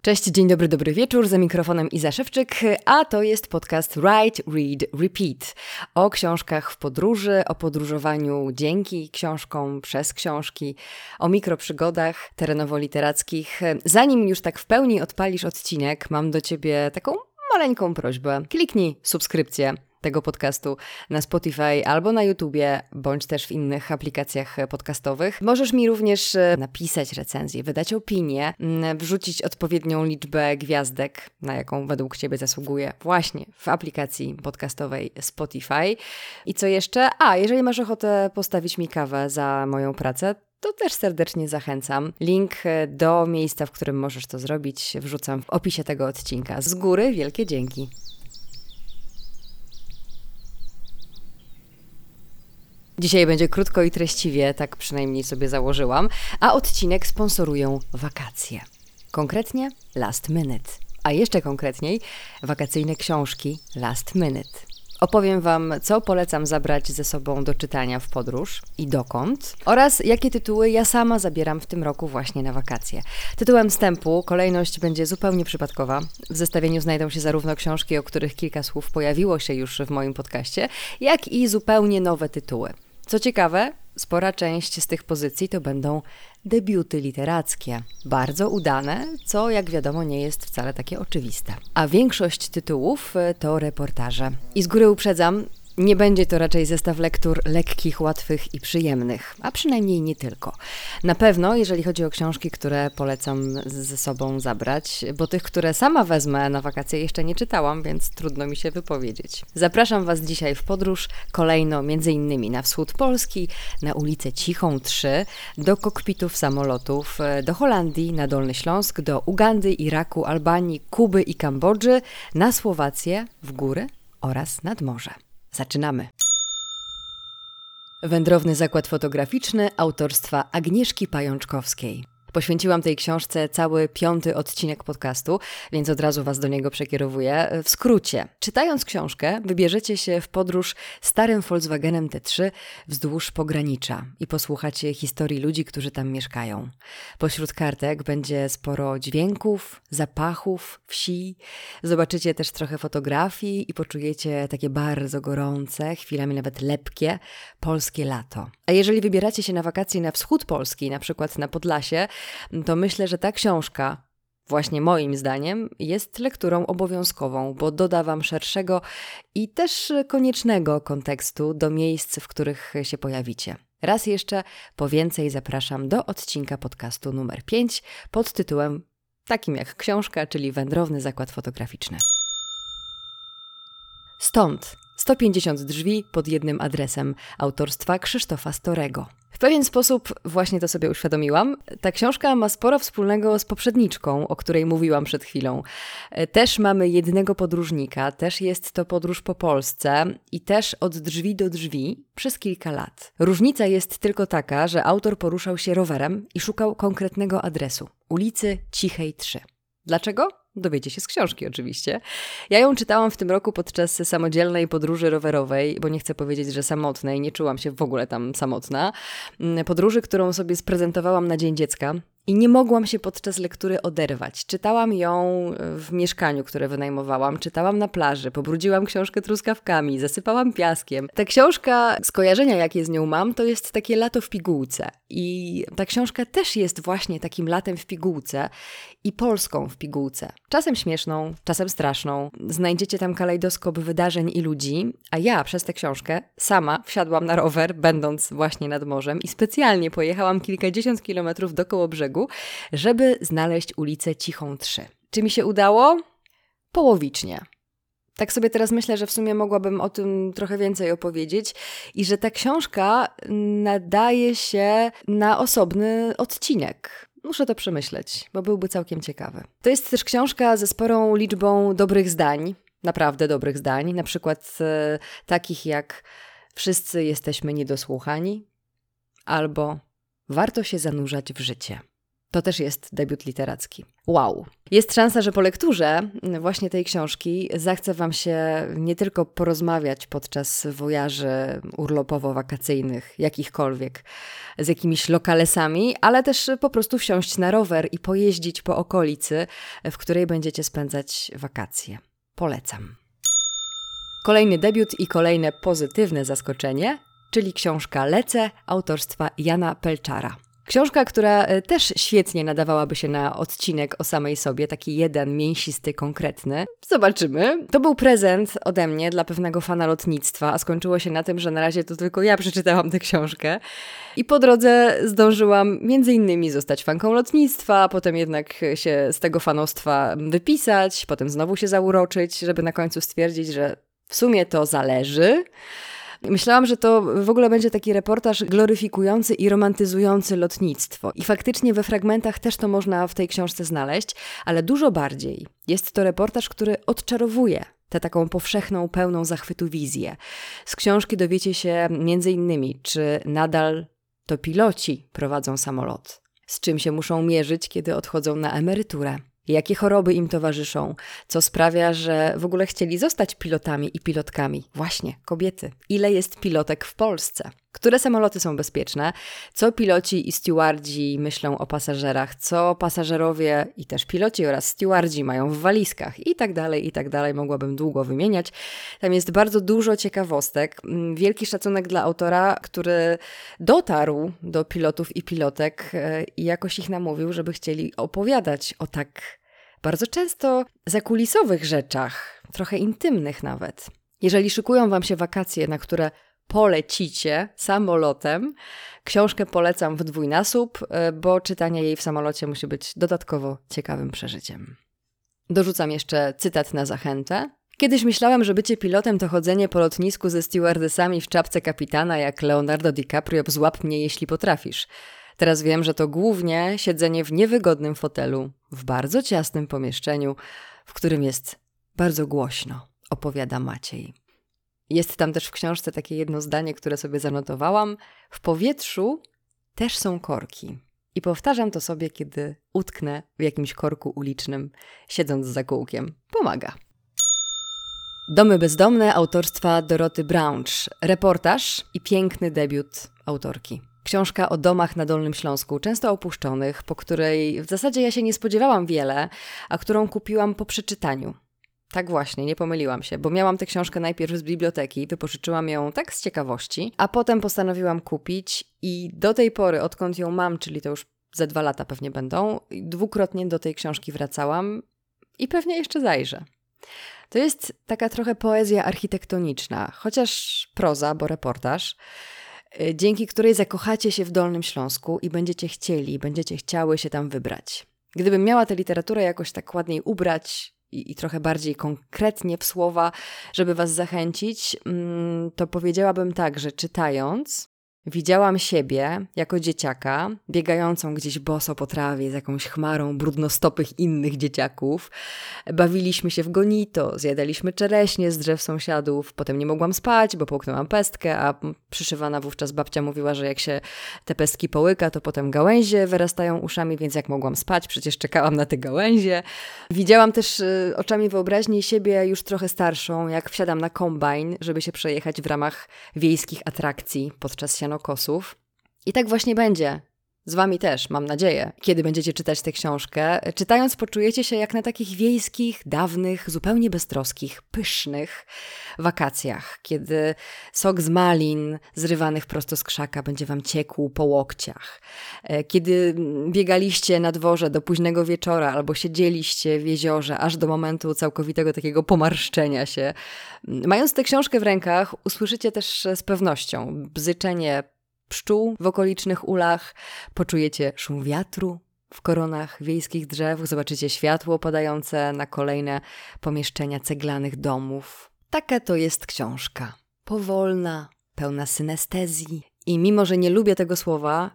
Cześć, dzień dobry, dobry wieczór, za mikrofonem Iza Szewczyk, a to jest podcast Write, Read, Repeat o książkach w podróży, o podróżowaniu dzięki książkom, przez książki, o mikroprzygodach terenowo-literackich. Zanim już tak w pełni odpalisz odcinek, mam do Ciebie taką maleńką prośbę. Kliknij subskrypcję tego podcastu na Spotify albo na YouTubie, bądź też w innych aplikacjach podcastowych. Możesz mi również napisać recenzję, wydać opinię, wrzucić odpowiednią liczbę gwiazdek, na jaką według Ciebie zasługuje właśnie w aplikacji podcastowej Spotify. I co jeszcze? Jeżeli masz ochotę postawić mi kawę za moją pracę, to też serdecznie zachęcam. Link do miejsca, w którym możesz to zrobić, wrzucam w opisie tego odcinka. Z góry wielkie dzięki. Dzisiaj będzie krótko i treściwie, tak przynajmniej sobie założyłam, a odcinek sponsorują wakacje. Konkretnie Last Minute, a jeszcze konkretniej wakacyjne książki Last Minute. Opowiem Wam, co polecam zabrać ze sobą do czytania w podróż i dokąd, oraz jakie tytuły ja sama zabieram w tym roku właśnie na wakacje. Tytułem wstępu kolejność będzie zupełnie przypadkowa. W zestawieniu znajdą się zarówno książki, o których kilka słów pojawiło się już w moim podcaście, jak i zupełnie nowe tytuły. Co ciekawe, spora część z tych pozycji to będą debiuty literackie. Bardzo udane, co jak wiadomo nie jest wcale takie oczywiste. A większość tytułów to reportaże. I z góry uprzedzam, nie będzie to raczej zestaw lektur lekkich, łatwych i przyjemnych, a przynajmniej nie tylko. Na pewno, jeżeli chodzi o książki, które polecam ze sobą zabrać, bo tych, które sama wezmę na wakacje jeszcze nie czytałam, więc trudno mi się wypowiedzieć. Zapraszam Was dzisiaj w podróż kolejno m.in. na wschód Polski, na ulicę Cichą 3, do kokpitów samolotów, do Holandii, na Dolny Śląsk, do Ugandy, Iraku, Albanii, Kuby i Kambodży, na Słowację, w góry oraz nad morze. Zaczynamy! Wędrowny zakład fotograficzny autorstwa Agnieszki Pajączkowskiej. Poświęciłam tej książce cały 5. odcinek podcastu, więc od razu Was do niego przekierowuję. W skrócie, czytając książkę, wybierzecie się w podróż starym Volkswagenem T3 wzdłuż pogranicza i posłuchacie historii ludzi, którzy tam mieszkają. Pośród kartek będzie sporo dźwięków, zapachów, wsi. Zobaczycie też trochę fotografii i poczujecie takie bardzo gorące, chwilami nawet lepkie, polskie lato. A jeżeli wybieracie się na wakacje na wschód Polski, na przykład na Podlasie, to myślę, że ta książka, właśnie moim zdaniem, jest lekturą obowiązkową, bo doda Wam szerszego i też koniecznego kontekstu do miejsc, w których się pojawicie. Raz jeszcze po więcej zapraszam do odcinka podcastu numer 5 pod tytułem takim jak książka, czyli Wędrowny zakład fotograficzny. Stąd 150 drzwi pod jednym adresem autorstwa Krzysztofa Storego. W pewien sposób właśnie to sobie uświadomiłam. Ta książka ma sporo wspólnego z poprzedniczką, o której mówiłam przed chwilą. Też mamy jednego podróżnika, też jest to podróż po Polsce i też od drzwi do drzwi przez kilka lat. Różnica jest tylko taka, że autor poruszał się rowerem i szukał konkretnego adresu. Ulicy Cichej 3. Dlaczego? Dowiecie się z książki oczywiście. Ja ją czytałam w tym roku podczas samodzielnej podróży rowerowej, bo nie chcę powiedzieć, że samotnej, nie czułam się w ogóle tam samotna. Podróży, którą sobie sprezentowałam na Dzień Dziecka i nie mogłam się podczas lektury oderwać. Czytałam ją w mieszkaniu, które wynajmowałam, czytałam na plaży, pobrudziłam książkę truskawkami, zasypałam piaskiem. Ta książka, skojarzenia jakie z nią mam, to jest takie lato w pigułce. I ta książka też jest właśnie takim latem w pigułce i Polską w pigułce. Czasem śmieszną, czasem straszną. Znajdziecie tam kalejdoskop wydarzeń i ludzi, a ja przez tę książkę sama wsiadłam na rower, będąc właśnie nad morzem i specjalnie pojechałam kilkadziesiąt kilometrów do Kołobrzegu, żeby znaleźć ulicę Cichą 3. Czy mi się udało? Połowicznie. Tak sobie teraz myślę, że w sumie mogłabym o tym trochę więcej opowiedzieć i że ta książka nadaje się na osobny odcinek. Muszę to przemyśleć, bo byłby całkiem ciekawy. To jest też książka ze sporą liczbą dobrych zdań, naprawdę dobrych zdań, na przykład takich jak wszyscy jesteśmy niedosłuchani albo warto się zanurzać w życie. To też jest debiut literacki. Wow! Jest szansa, że po lekturze właśnie tej książki zachce Wam się nie tylko porozmawiać podczas wojaży urlopowo-wakacyjnych, jakichkolwiek, z jakimiś lokalesami, ale też po prostu wsiąść na rower i pojeździć po okolicy, w której będziecie spędzać wakacje. Polecam. Kolejny debiut i kolejne pozytywne zaskoczenie, czyli książka Lecę autorstwa Jana Pelczara. Książka, która też świetnie nadawałaby się na odcinek o samej sobie, taki jeden, mięsisty, konkretny. Zobaczymy. To był prezent ode mnie dla pewnego fana lotnictwa, a skończyło się na tym, że na razie to tylko ja przeczytałam tę książkę. I po drodze zdążyłam między innymi zostać fanką lotnictwa, potem jednak się z tego fanostwa wypisać, potem znowu się zauroczyć, żeby na końcu stwierdzić, że w sumie to zależy. Myślałam, że to w ogóle będzie taki reportaż gloryfikujący i romantyzujący lotnictwo. I faktycznie we fragmentach też to można w tej książce znaleźć, ale dużo bardziej jest to reportaż, który odczarowuje tę taką powszechną, pełną zachwytu wizję. Z książki dowiecie się między innymi, czy nadal to piloci prowadzą samolot, z czym się muszą mierzyć, kiedy odchodzą na emeryturę. Jakie choroby im towarzyszą, co sprawia, że w ogóle chcieli zostać pilotami i pilotkami. Właśnie, kobiety. Ile jest pilotek w Polsce? Które samoloty są bezpieczne? Co piloci i stewardzi myślą o pasażerach? Co pasażerowie i też piloci oraz stewardzi mają w walizkach? I tak dalej. Mogłabym długo wymieniać. Tam jest bardzo dużo ciekawostek. Wielki szacunek dla autora, który dotarł do pilotów i pilotek i jakoś ich namówił, żeby chcieli opowiadać o tak bardzo często zakulisowych rzeczach, trochę intymnych nawet. Jeżeli szykują Wam się wakacje, na które polecicie samolotem, książkę polecam w dwójnasób, bo czytanie jej w samolocie musi być dodatkowo ciekawym przeżyciem. Dorzucam jeszcze cytat na zachętę. Kiedyś myślałem, że bycie pilotem to chodzenie po lotnisku ze stewardessami w czapce kapitana jak Leonardo DiCaprio w Złap mnie, jeśli potrafisz. Teraz wiem, że to głównie siedzenie w niewygodnym fotelu, w bardzo ciasnym pomieszczeniu, w którym jest bardzo głośno, opowiada Maciej. Jest tam też w książce takie jedno zdanie, które sobie zanotowałam. W powietrzu też są korki. I powtarzam to sobie, kiedy utknę w jakimś korku ulicznym, siedząc za kółkiem. Pomaga. Domy bezdomne autorstwa Doroty Braunsz. Reportaż i piękny debiut autorki. Książka o domach na Dolnym Śląsku, często opuszczonych, po której w zasadzie ja się nie spodziewałam wiele, a którą kupiłam po przeczytaniu. Tak właśnie, nie pomyliłam się, bo miałam tę książkę najpierw z biblioteki, wypożyczyłam ją tak z ciekawości, a potem postanowiłam kupić i do tej pory, odkąd ją mam, czyli to już ze 2 lata pewnie będą, dwukrotnie do tej książki wracałam i pewnie jeszcze zajrzę. To jest taka trochę poezja architektoniczna, chociaż proza, bo reportaż, dzięki której zakochacie się w Dolnym Śląsku i będziecie chciały się tam wybrać. Gdybym miała tę literaturę jakoś tak ładniej ubrać i trochę bardziej konkretnie w słowa, żeby was zachęcić, to powiedziałabym tak, że czytając widziałam siebie jako dzieciaka, biegającą gdzieś boso po trawie z jakąś chmarą brudnostopych innych dzieciaków. Bawiliśmy się w gonito, zjadaliśmy czereśnie z drzew sąsiadów, potem nie mogłam spać, bo połknęłam pestkę, a przyszywana wówczas babcia mówiła, że jak się te pestki połyka, to potem gałęzie wyrastają uszami, więc jak mogłam spać, przecież czekałam na te gałęzie. Widziałam też oczami wyobraźni siebie już trochę starszą, jak wsiadam na kombajn, żeby się przejechać w ramach wiejskich atrakcji podczas sianokosów. I tak właśnie będzie. Z wami też, mam nadzieję, kiedy będziecie czytać tę książkę. Czytając poczujecie się jak na takich wiejskich, dawnych, zupełnie beztroskich, pysznych wakacjach, kiedy sok z malin zrywanych prosto z krzaka będzie wam ciekł po łokciach. Kiedy biegaliście na dworze do późnego wieczora albo siedzieliście w jeziorze aż do momentu całkowitego takiego pomarszczenia się. Mając tę książkę w rękach, usłyszycie też z pewnością bzyczenie pszczół w okolicznych ulach, poczujecie szum wiatru w koronach wiejskich drzew, zobaczycie światło padające na kolejne pomieszczenia ceglanych domów. Taka to jest książka. Powolna, pełna synestezji. I mimo, że nie lubię tego słowa,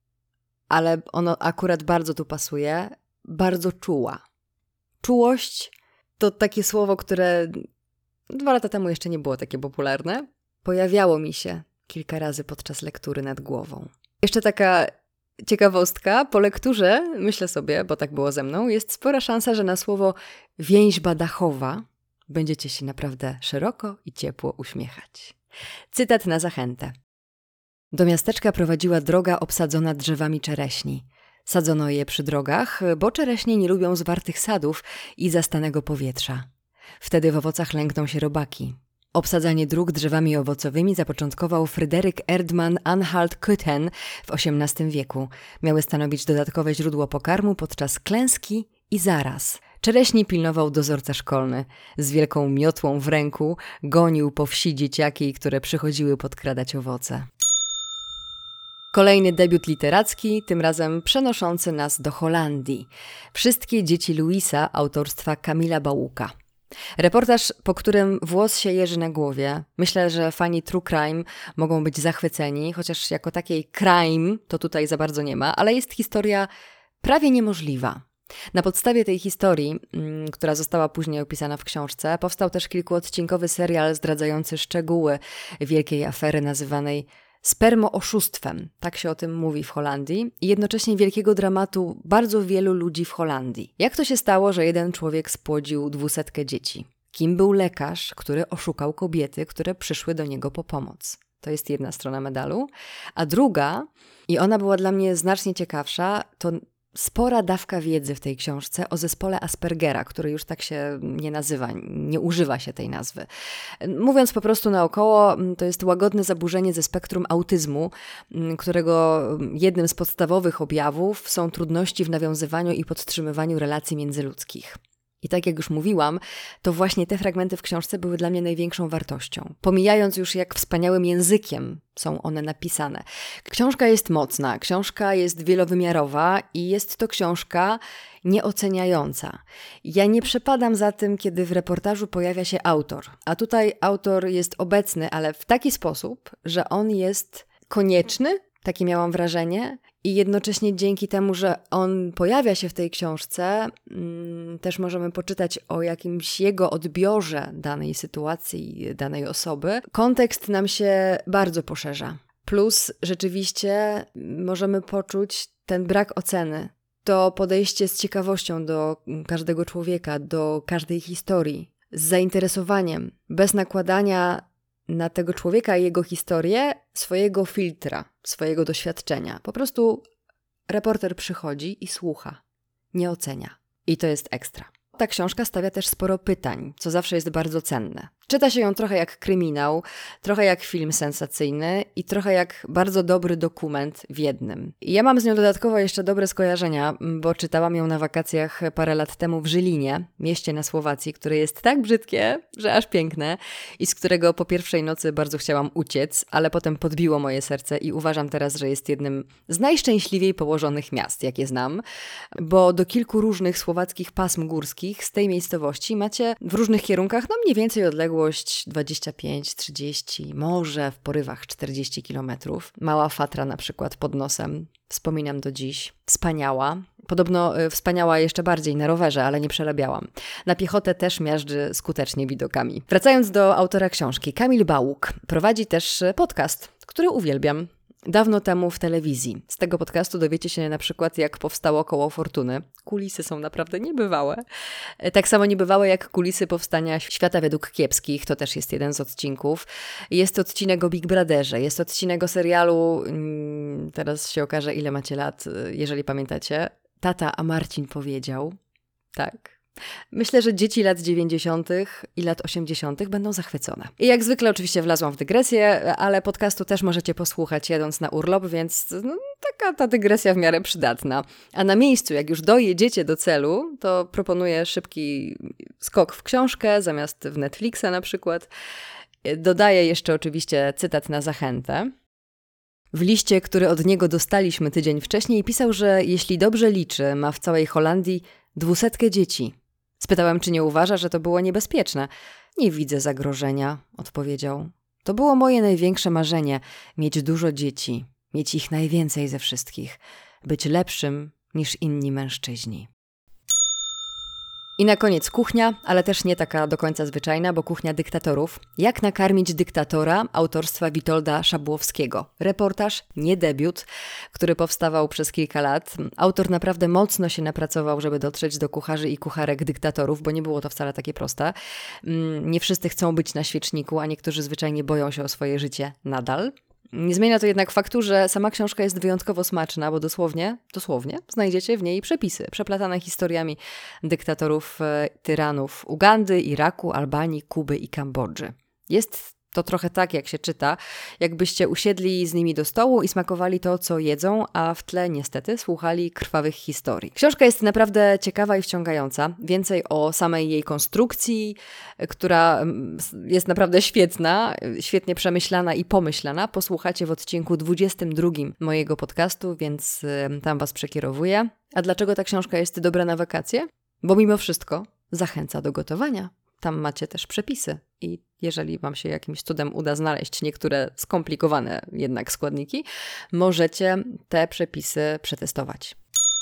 ale ono akurat bardzo tu pasuje, bardzo czuła. Czułość to takie słowo, które 2 lata temu jeszcze nie było takie popularne. Pojawiało mi się kilka razy podczas lektury nad głową. Jeszcze taka Ciekawostka, po lekturze, myślę sobie, bo tak było ze mną, jest spora szansa, że na słowo więźba dachowa będziecie się naprawdę szeroko i ciepło uśmiechać. Cytat na zachętę. Do miasteczka prowadziła droga obsadzona drzewami czereśni. Sadzono je przy drogach, bo czereśnie nie lubią zwartych sadów i zastanego powietrza. Wtedy w owocach lękną się robaki. Obsadzanie dróg drzewami owocowymi zapoczątkował Fryderyk Erdmann Anhalt-Köthen w XVIII wieku. Miały stanowić dodatkowe źródło pokarmu podczas klęski i zaraz. Czereśni pilnował dozorca szkolny. Z wielką miotłą w ręku gonił po wsi dzieciaki, które przychodziły podkradać owoce. Kolejny debiut literacki, tym razem przenoszący nas do Holandii. Wszystkie dzieci Louisa autorstwa Kamila Bałuka. Reportaż, po którym włos się jeży na głowie. Myślę, że fani True Crime mogą być zachwyceni, chociaż jako takiej crime to tutaj za bardzo nie ma, ale jest historia prawie niemożliwa. Na podstawie tej historii, która została później opisana w książce, powstał też kilkuodcinkowy serial zdradzający szczegóły wielkiej afery nazywanej spermooszustwem, tak się o tym mówi w Holandii, i jednocześnie wielkiego dramatu bardzo wielu ludzi w Holandii. Jak to się stało, że jeden człowiek spłodził 200 dzieci? Kim był lekarz, który oszukał kobiety, które przyszły do niego po pomoc? To jest jedna strona medalu. A druga, i ona była dla mnie znacznie ciekawsza, to spora dawka wiedzy w tej książce o zespole Aspergera, który już tak się nie nazywa, nie używa się tej nazwy. Mówiąc po prostu naokoło, to jest łagodne zaburzenie ze spektrum autyzmu, którego jednym z podstawowych objawów są trudności w nawiązywaniu i podtrzymywaniu relacji międzyludzkich. I tak jak już mówiłam, to właśnie te fragmenty w książce były dla mnie największą wartością. Pomijając już, jak wspaniałym językiem są one napisane. Książka jest mocna, książka jest wielowymiarowa i jest to książka nieoceniająca. Ja nie przepadam za tym, kiedy w reportażu pojawia się autor. A tutaj autor jest obecny, ale w taki sposób, że on jest konieczny, takie miałam wrażenie, i jednocześnie dzięki temu, że on pojawia się w tej książce, też możemy poczytać o jakimś jego odbiorze danej sytuacji, danej osoby. Kontekst nam się bardzo poszerza. Plus rzeczywiście możemy poczuć ten brak oceny. To podejście z ciekawością do każdego człowieka, do każdej historii, z zainteresowaniem, bez nakładania na tego człowieka i jego historię swojego filtra, swojego doświadczenia. Po prostu reporter przychodzi i słucha, nie ocenia. I to jest ekstra. Ta książka stawia też sporo pytań, co zawsze jest bardzo cenne. Czyta się ją trochę jak kryminał, trochę jak film sensacyjny i trochę jak bardzo dobry dokument w jednym. I ja mam z nią dodatkowo jeszcze dobre skojarzenia, bo czytałam ją na wakacjach parę lat temu w Żylinie, mieście na Słowacji, które jest tak brzydkie, że aż piękne i z którego po pierwszej nocy bardzo chciałam uciec, ale potem podbiło moje serce i uważam teraz, że jest jednym z najszczęśliwiej położonych miast, jakie znam, bo do kilku różnych słowackich pasm górskich z tej miejscowości macie w różnych kierunkach mniej więcej odległość 25-30, może w porywach 40 kilometrów. Mała Fatra na przykład pod nosem. Wspominam do dziś. Wspaniała. Podobno wspaniała jeszcze bardziej na rowerze, ale nie przerabiałam. Na piechotę też miażdży skutecznie widokami. Wracając do autora książki, Kamil Bałuk prowadzi też podcast, który uwielbiam. Dawno temu w telewizji. Z tego podcastu dowiecie się na przykład, jak powstało Koło Fortuny. Kulisy są naprawdę niebywałe. Tak samo niebywałe jak kulisy powstania Świata według kiepskich. To też jest jeden z odcinków. Jest odcinek o Big Brotherze. Jest odcinek o serialu, teraz się okaże, ile macie lat, jeżeli pamiętacie. Tata, a Marcin powiedział. Tak. Myślę, że dzieci lat 90. i lat 80. będą zachwycone. I jak zwykle oczywiście wlazłam w dygresję, ale podcastu też możecie posłuchać jadąc na urlop, więc taka ta dygresja w miarę przydatna. A na miejscu, jak już dojedziecie do celu, to proponuję szybki skok w książkę zamiast w Netflixa na przykład. Dodaję jeszcze oczywiście cytat na zachętę. W liście, który od niego dostaliśmy tydzień wcześniej, pisał, że jeśli dobrze liczy, ma w całej Holandii 200 dzieci. Spytałem, czy nie uważa, że to było niebezpieczne. Nie widzę zagrożenia, odpowiedział. To było moje największe marzenie, mieć dużo dzieci, mieć ich najwięcej ze wszystkich, być lepszym niż inni mężczyźni. I na koniec kuchnia, ale też nie taka do końca zwyczajna, bo kuchnia dyktatorów. Jak nakarmić dyktatora autorstwa Witolda Szabłowskiego. Reportaż, nie debiut, który powstawał przez kilka lat. Autor naprawdę mocno się napracował, żeby dotrzeć do kucharzy i kucharek dyktatorów, bo nie było to wcale takie proste. Nie wszyscy chcą być na świeczniku, a niektórzy zwyczajnie boją się o swoje życie nadal. Nie zmienia to jednak faktu, że sama książka jest wyjątkowo smaczna, bo dosłownie znajdziecie w niej przepisy przeplatane historiami dyktatorów, tyranów Ugandy, Iraku, Albanii, Kuby i Kambodży. Jest to trochę tak, jak się czyta, jakbyście usiedli z nimi do stołu i smakowali to, co jedzą, a w tle niestety słuchali krwawych historii. Książka jest naprawdę ciekawa i wciągająca. Więcej o samej jej konstrukcji, która jest naprawdę świetna, świetnie przemyślana i pomyślana. Posłuchacie w odcinku 22 mojego podcastu, więc tam was przekierowuję. A dlaczego ta książka jest dobra na wakacje? Bo mimo wszystko zachęca do gotowania. Tam macie też przepisy i jeżeli wam się jakimś cudem uda znaleźć niektóre skomplikowane jednak składniki, możecie te przepisy przetestować.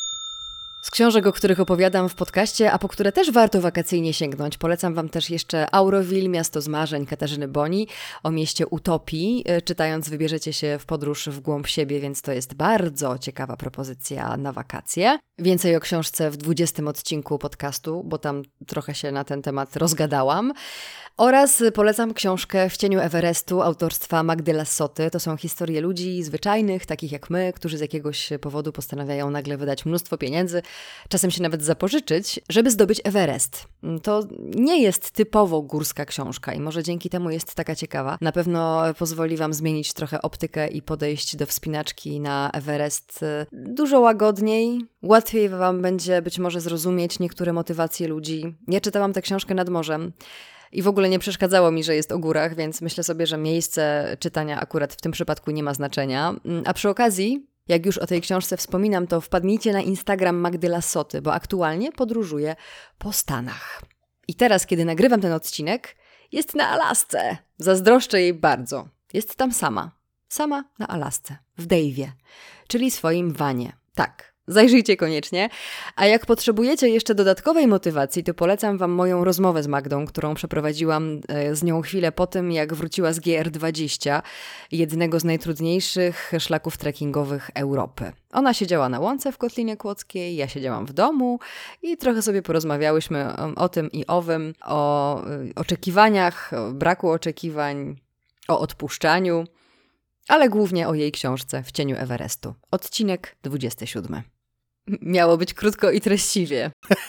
Z książek, o których opowiadam w podcaście, a po które też warto wakacyjnie sięgnąć, polecam wam też jeszcze Auroville, Miasto z marzeń Katarzyny Boni, o mieście utopii. Czytając wybierzecie się w podróż w głąb siebie, więc to jest bardzo ciekawa propozycja na wakacje. Więcej o książce w 20 odcinku podcastu, bo tam trochę się na ten temat rozgadałam. Oraz polecam książkę W cieniu Everestu autorstwa Magdy Lassoty. To są historie ludzi zwyczajnych, takich jak my, którzy z jakiegoś powodu postanawiają nagle wydać mnóstwo pieniędzy, czasem się nawet zapożyczyć, żeby zdobyć Everest. To nie jest typowo górska książka i może dzięki temu jest taka ciekawa. Na pewno pozwoli wam zmienić trochę optykę i podejść do wspinaczki na Everest dużo łagodniej. Łatwiej wam będzie być może zrozumieć niektóre motywacje ludzi. Ja czytałam tę książkę nad morzem. I w ogóle nie przeszkadzało mi, że jest o górach, więc myślę sobie, że miejsce czytania akurat w tym przypadku nie ma znaczenia. A przy okazji, jak już o tej książce wspominam, to wpadnijcie na Instagram Magdy Lassoty, bo aktualnie podróżuje po Stanach. I teraz, kiedy nagrywam ten odcinek, jest na Alasce. Zazdroszczę jej bardzo. Jest tam sama. Sama na Alasce, w Dave'ie, czyli swoim vanie. Tak. Zajrzyjcie koniecznie. A jak potrzebujecie jeszcze dodatkowej motywacji, to polecam wam moją rozmowę z Magdą, którą przeprowadziłam z nią chwilę po tym, jak wróciła z GR20, jednego z najtrudniejszych szlaków trekkingowych Europy. Ona siedziała na łące w Kotlinie Kłodzkiej, ja siedziałam w domu i trochę sobie porozmawiałyśmy o tym i owym, o oczekiwaniach, o braku oczekiwań, o odpuszczaniu, ale głównie o jej książce W cieniu Everestu. Odcinek 27. Miało być krótko i treściwie.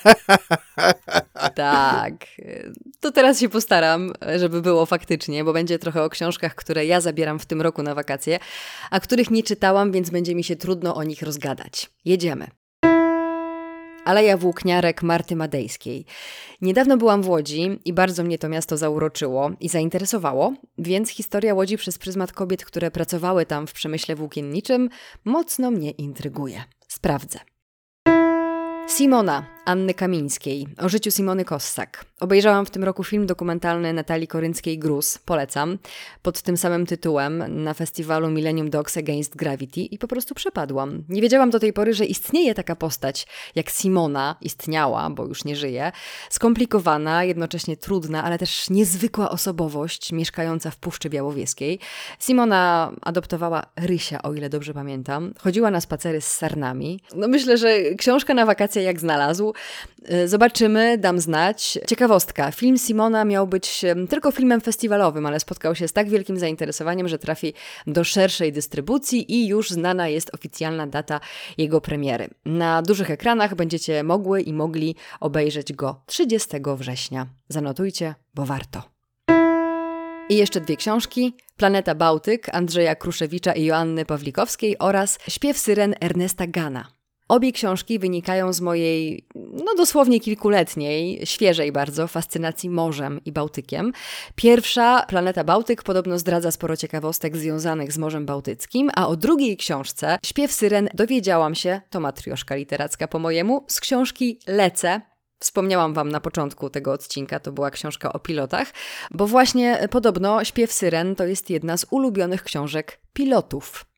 Tak. To teraz się postaram, żeby było faktycznie, bo będzie trochę o książkach, które ja zabieram w tym roku na wakacje, a których nie czytałam, więc będzie mi się trudno o nich rozgadać. Jedziemy. Aleja Włókniarek Marty Madejskiej. Niedawno byłam w Łodzi i bardzo mnie to miasto zauroczyło i zainteresowało, więc historia Łodzi przez pryzmat kobiet, które pracowały tam w przemyśle włókienniczym, mocno mnie intryguje. Sprawdzę. Simona Anny Kamińskiej. O życiu Simony Kossak. Obejrzałam w tym roku film dokumentalny Natalii Korynckiej-Gruz, polecam, pod tym samym tytułem na festiwalu Millennium Dogs Against Gravity i po prostu przepadłam. Nie wiedziałam do tej pory, że istnieje taka postać jak Simona, istniała, bo już nie żyje, skomplikowana, jednocześnie trudna, ale też niezwykła osobowość mieszkająca w Puszczy Białowieskiej. Simona adoptowała Rysia, o ile dobrze pamiętam. Chodziła na spacery z sarnami. No myślę, że książka na wakacje jak znalazł. Zobaczymy, dam znać. Ciekawostka. Film Simona miał być tylko filmem festiwalowym, ale spotkał się z tak wielkim zainteresowaniem, że trafi do szerszej dystrybucji i już znana jest oficjalna data jego premiery. Na dużych ekranach będziecie mogły i mogli obejrzeć go 30 września. Zanotujcie, bo warto. I jeszcze 2 książki. Planeta Bałtyk Andrzeja Kruszewicza i Joanny Pawlikowskiej oraz Śpiew syren Ernesta Gana. Obie książki wynikają z mojej, dosłownie kilkuletniej, świeżej bardzo, fascynacji morzem i Bałtykiem. Pierwsza, Planeta Bałtyk, podobno zdradza sporo ciekawostek związanych z Morzem Bałtyckim, a o drugiej książce, Śpiew syren, dowiedziałam się, to matrioszka literacka po mojemu, z książki Lecę. Wspomniałam wam na początku tego odcinka, to była książka o pilotach, bo właśnie podobno Śpiew syren to jest jedna z ulubionych książek pilotów.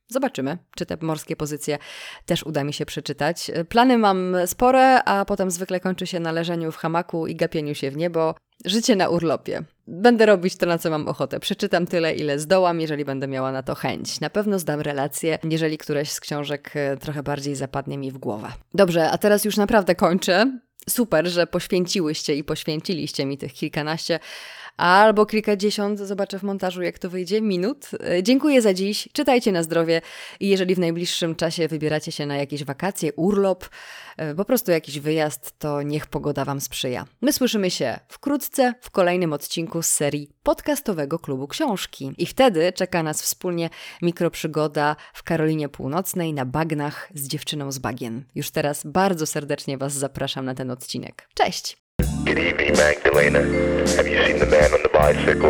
Zobaczymy, czy te morskie pozycje też uda mi się przeczytać. Plany mam spore, a potem zwykle kończy się na leżeniu w hamaku i gapieniu się w niebo. Życie na urlopie. Będę robić to, na co mam ochotę. Przeczytam tyle, ile zdołam, jeżeli będę miała na to chęć. Na pewno zdam relację, jeżeli któraś z książek trochę bardziej zapadnie mi w głowę. Dobrze, a teraz już naprawdę kończę. Super, że poświęciłyście i poświęciliście mi tych kilkanaście albo kilkadziesiąt, zobaczę w montażu, jak to wyjdzie, minut. Dziękuję za dziś, czytajcie na zdrowie i jeżeli w najbliższym czasie wybieracie się na jakieś wakacje, urlop, po prostu jakiś wyjazd, to niech pogoda Wam sprzyja. My słyszymy się wkrótce w kolejnym odcinku z serii podcastowego Klubu Książki. I wtedy czeka nas wspólnie mikroprzygoda w Karolinie Północnej na bagnach z dziewczyną z bagien. Już teraz bardzo serdecznie Was zapraszam na ten odcinek. Cześć! Good evening, Magdalena. Have you seen the man on the bicycle?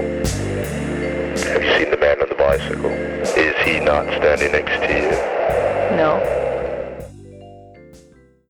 Have you seen the man on the bicycle? Is he not standing next to you? No.